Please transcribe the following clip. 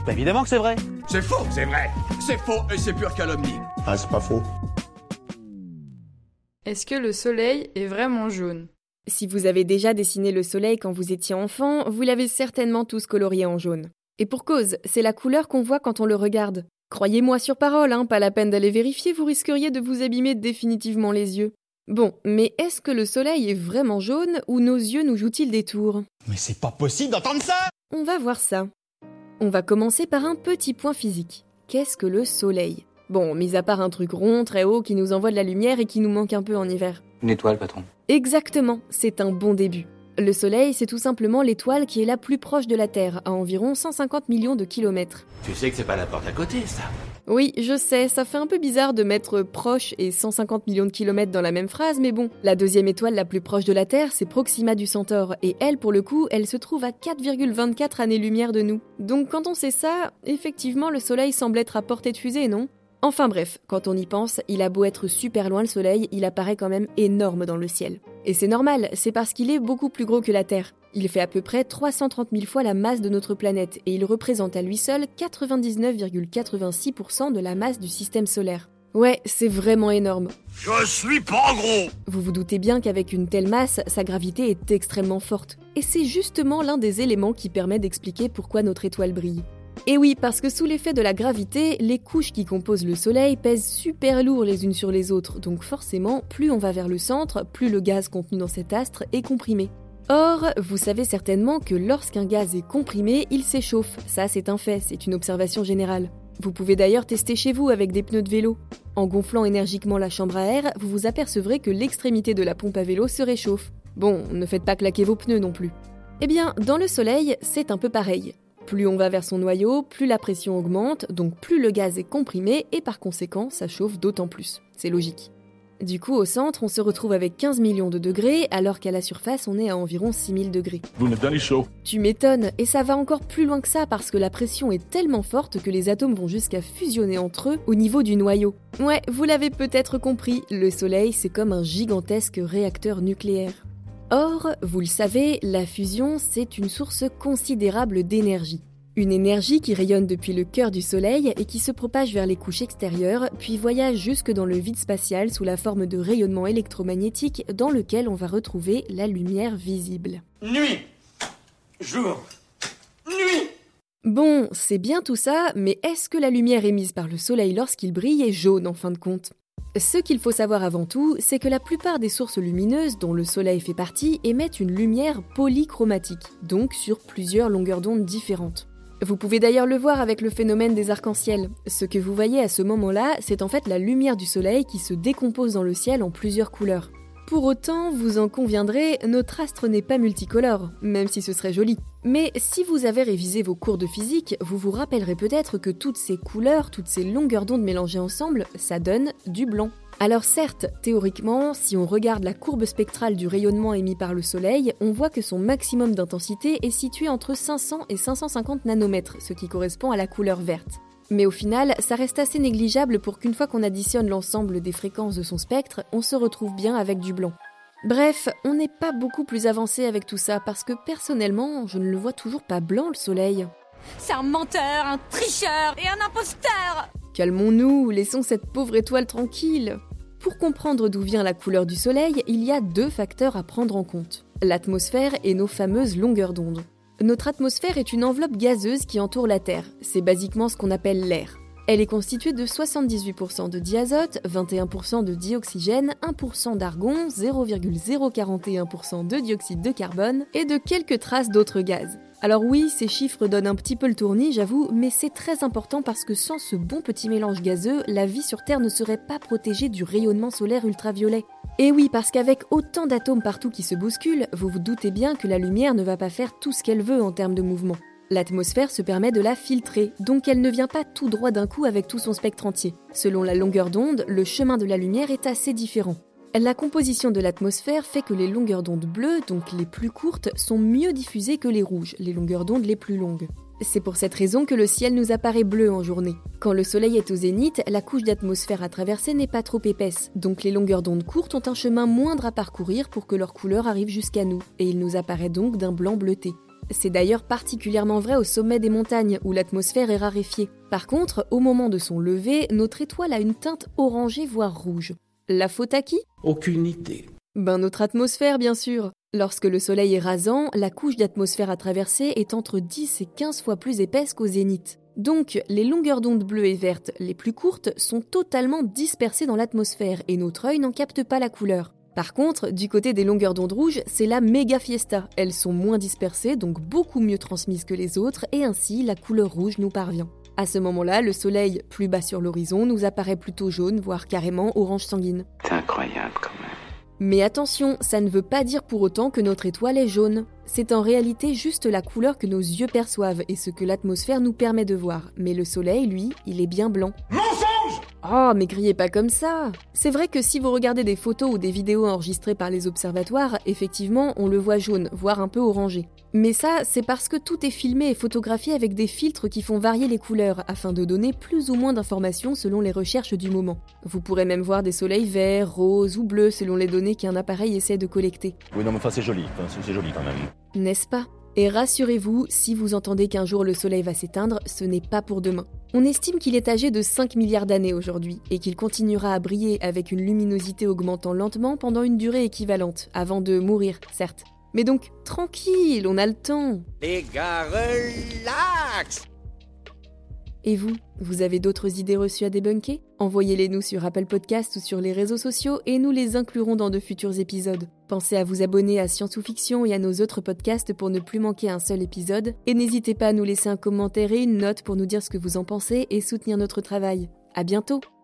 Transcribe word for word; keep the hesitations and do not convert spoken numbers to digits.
Bah évidemment que c'est vrai. C'est faux, c'est vrai. C'est faux et c'est pure calomnie. Ah, c'est pas faux. Est-ce que le soleil est vraiment jaune ? Si vous avez déjà dessiné le soleil quand vous étiez enfant, vous l'avez certainement tous colorié en jaune. Et pour cause, c'est la couleur qu'on voit quand on le regarde. Croyez-moi sur parole, hein, pas la peine d'aller vérifier, vous risqueriez de vous abîmer définitivement les yeux. Bon, mais est-ce que le soleil est vraiment jaune ou nos yeux nous jouent-ils des tours ? Mais c'est pas possible d'entendre ça! On va voir ça. On va commencer par un petit point physique. Qu'est-ce que le soleil ? Bon, mis à part un truc rond, très haut, qui nous envoie de la lumière et qui nous manque un peu en hiver. Une étoile, patron. Exactement, c'est un bon début. Le soleil, c'est tout simplement l'étoile qui est la plus proche de la Terre, à environ cent cinquante millions de kilomètres. Tu sais que c'est pas la porte à côté, ça. Oui, je sais, ça fait un peu bizarre de mettre proche et cent cinquante millions de kilomètres dans la même phrase, mais bon. La deuxième étoile la plus proche de la Terre, c'est Proxima du Centaure, et elle, pour le coup, elle se trouve à quatre virgule vingt-quatre années-lumière de nous. Donc quand on sait ça, effectivement, le soleil semble être à portée de fusée, non ? Enfin bref, quand on y pense, il a beau être super loin le soleil, il apparaît quand même énorme dans le ciel. Et c'est normal, c'est parce qu'il est beaucoup plus gros que la Terre. Il fait à peu près trois cent trente mille fois la masse de notre planète, et il représente à lui seul quatre-vingt-dix-neuf virgule quatre-vingt-six pour cent de la masse du système solaire. Ouais, c'est vraiment énorme. Je suis pas gros! Vous vous doutez bien qu'avec une telle masse, sa gravité est extrêmement forte. Et c'est justement l'un des éléments qui permet d'expliquer pourquoi notre étoile brille. Et oui, parce que sous l'effet de la gravité, les couches qui composent le Soleil pèsent super lourd les unes sur les autres, donc forcément, plus on va vers le centre, plus le gaz contenu dans cet astre est comprimé. Or, vous savez certainement que lorsqu'un gaz est comprimé, il s'échauffe. Ça, c'est un fait, c'est une observation générale. Vous pouvez d'ailleurs tester chez vous avec des pneus de vélo. En gonflant énergiquement la chambre à air, vous vous apercevrez que l'extrémité de la pompe à vélo se réchauffe. Bon, ne faites pas claquer vos pneus non plus. Eh bien, dans le Soleil, c'est un peu pareil. Plus on va vers son noyau, plus la pression augmente, donc plus le gaz est comprimé et par conséquent, ça chauffe d'autant plus. C'est logique. Du coup, au centre, on se retrouve avec quinze millions de degrés, alors qu'à la surface, on est à environ six mille degrés. Vous me donnez chaud. Tu m'étonnes, et ça va encore plus loin que ça parce que la pression est tellement forte que les atomes vont jusqu'à fusionner entre eux au niveau du noyau. Ouais, vous l'avez peut-être compris, le Soleil, c'est comme un gigantesque réacteur nucléaire. Or, vous le savez, la fusion, c'est une source considérable d'énergie. Une énergie qui rayonne depuis le cœur du Soleil et qui se propage vers les couches extérieures, puis voyage jusque dans le vide spatial sous la forme de rayonnement électromagnétique dans lequel on va retrouver la lumière visible. Nuit! Jour! Nuit! Bon, c'est bien tout ça, mais est-ce que la lumière émise par le Soleil lorsqu'il brille est jaune en fin de compte ? Ce qu'il faut savoir avant tout, c'est que la plupart des sources lumineuses, dont le Soleil fait partie, émettent une lumière polychromatique, donc sur plusieurs longueurs d'onde différentes. Vous pouvez d'ailleurs le voir avec le phénomène des arcs-en-ciel. Ce que vous voyez à ce moment-là, c'est en fait la lumière du Soleil qui se décompose dans le ciel en plusieurs couleurs. Pour autant, vous en conviendrez, notre astre n'est pas multicolore, même si ce serait joli. Mais si vous avez révisé vos cours de physique, vous vous rappellerez peut-être que toutes ces couleurs, toutes ces longueurs d'onde mélangées ensemble, ça donne du blanc. Alors certes, théoriquement, si on regarde la courbe spectrale du rayonnement émis par le Soleil, on voit que son maximum d'intensité est situé entre cinq cents et cinq cent cinquante nanomètres, ce qui correspond à la couleur verte. Mais au final, ça reste assez négligeable pour qu'une fois qu'on additionne l'ensemble des fréquences de son spectre, on se retrouve bien avec du blanc. Bref, on n'est pas beaucoup plus avancé avec tout ça parce que personnellement, je ne le vois toujours pas blanc le Soleil. C'est un menteur, un tricheur et un imposteur! Calmons-nous, laissons cette pauvre étoile tranquille. Pour comprendre d'où vient la couleur du Soleil, il y a deux facteurs à prendre en compte. L'atmosphère et nos fameuses longueurs d'onde. Notre atmosphère est une enveloppe gazeuse qui entoure la Terre. C'est basiquement ce qu'on appelle l'air. Elle est constituée de soixante-dix-huit pour cent de diazote, vingt et un pour cent de dioxygène, un pour cent d'argon, zéro virgule zéro quarante et un pour cent de dioxyde de carbone et de quelques traces d'autres gaz. Alors oui, ces chiffres donnent un petit peu le tournis, j'avoue, mais c'est très important parce que sans ce bon petit mélange gazeux, la vie sur Terre ne serait pas protégée du rayonnement solaire ultraviolet. Et oui, parce qu'avec autant d'atomes partout qui se bousculent, vous vous doutez bien que la lumière ne va pas faire tout ce qu'elle veut en termes de mouvement. L'atmosphère se permet de la filtrer, donc elle ne vient pas tout droit d'un coup avec tout son spectre entier. Selon la longueur d'onde, le chemin de la lumière est assez différent. La composition de l'atmosphère fait que les longueurs d'onde bleues, donc les plus courtes, sont mieux diffusées que les rouges, les longueurs d'onde les plus longues. C'est pour cette raison que le ciel nous apparaît bleu en journée. Quand le soleil est au zénith, la couche d'atmosphère à traverser n'est pas trop épaisse, donc les longueurs d'onde courtes ont un chemin moindre à parcourir pour que leur couleur arrive jusqu'à nous, et il nous apparaît donc d'un blanc bleuté. C'est d'ailleurs particulièrement vrai au sommet des montagnes, où l'atmosphère est raréfiée. Par contre, au moment de son lever, notre étoile a une teinte orangée voire rouge. La faute à qui ? Aucune idée. Ben notre atmosphère, bien sûr. Lorsque le soleil est rasant, la couche d'atmosphère à traverser est entre dix et quinze fois plus épaisse qu'au zénith. Donc, les longueurs d'onde bleues et vertes les plus courtes sont totalement dispersées dans l'atmosphère et notre œil n'en capte pas la couleur. Par contre, du côté des longueurs d'onde rouges, c'est la méga fiesta. Elles sont moins dispersées, donc beaucoup mieux transmises que les autres, et ainsi la couleur rouge nous parvient. À ce moment-là, le soleil, plus bas sur l'horizon, nous apparaît plutôt jaune, voire carrément orange sanguine. C'est incroyable quand même. Mais attention, ça ne veut pas dire pour autant que notre étoile est jaune. C'est en réalité juste la couleur que nos yeux perçoivent et ce que l'atmosphère nous permet de voir. Mais le soleil, lui, il est bien blanc. Mensonge ! Oh, mais criez pas comme ça! C'est vrai que si vous regardez des photos ou des vidéos enregistrées par les observatoires, effectivement, on le voit jaune, voire un peu orangé. Mais ça, c'est parce que tout est filmé et photographié avec des filtres qui font varier les couleurs, afin de donner plus ou moins d'informations selon les recherches du moment. Vous pourrez même voir des soleils verts, roses ou bleus selon les données qu'un appareil essaie de collecter. Oui, non, mais enfin, c'est joli. Enfin, c'est, c'est joli quand même. N'est-ce pas ? Et rassurez-vous, si vous entendez qu'un jour le soleil va s'éteindre, ce n'est pas pour demain. On estime qu'il est âgé de cinq milliards d'années aujourd'hui, et qu'il continuera à briller avec une luminosité augmentant lentement pendant une durée équivalente, avant de mourir, certes. Mais donc, tranquille, on a le temps. Les gars, relax. Et vous, vous avez d'autres idées reçues à débunker ? Envoyez-les nous sur Apple Podcasts ou sur les réseaux sociaux et nous les inclurons dans de futurs épisodes. Pensez à vous abonner à Science ou Fiction et à nos autres podcasts pour ne plus manquer un seul épisode. Et n'hésitez pas à nous laisser un commentaire et une note pour nous dire ce que vous en pensez et soutenir notre travail. À bientôt!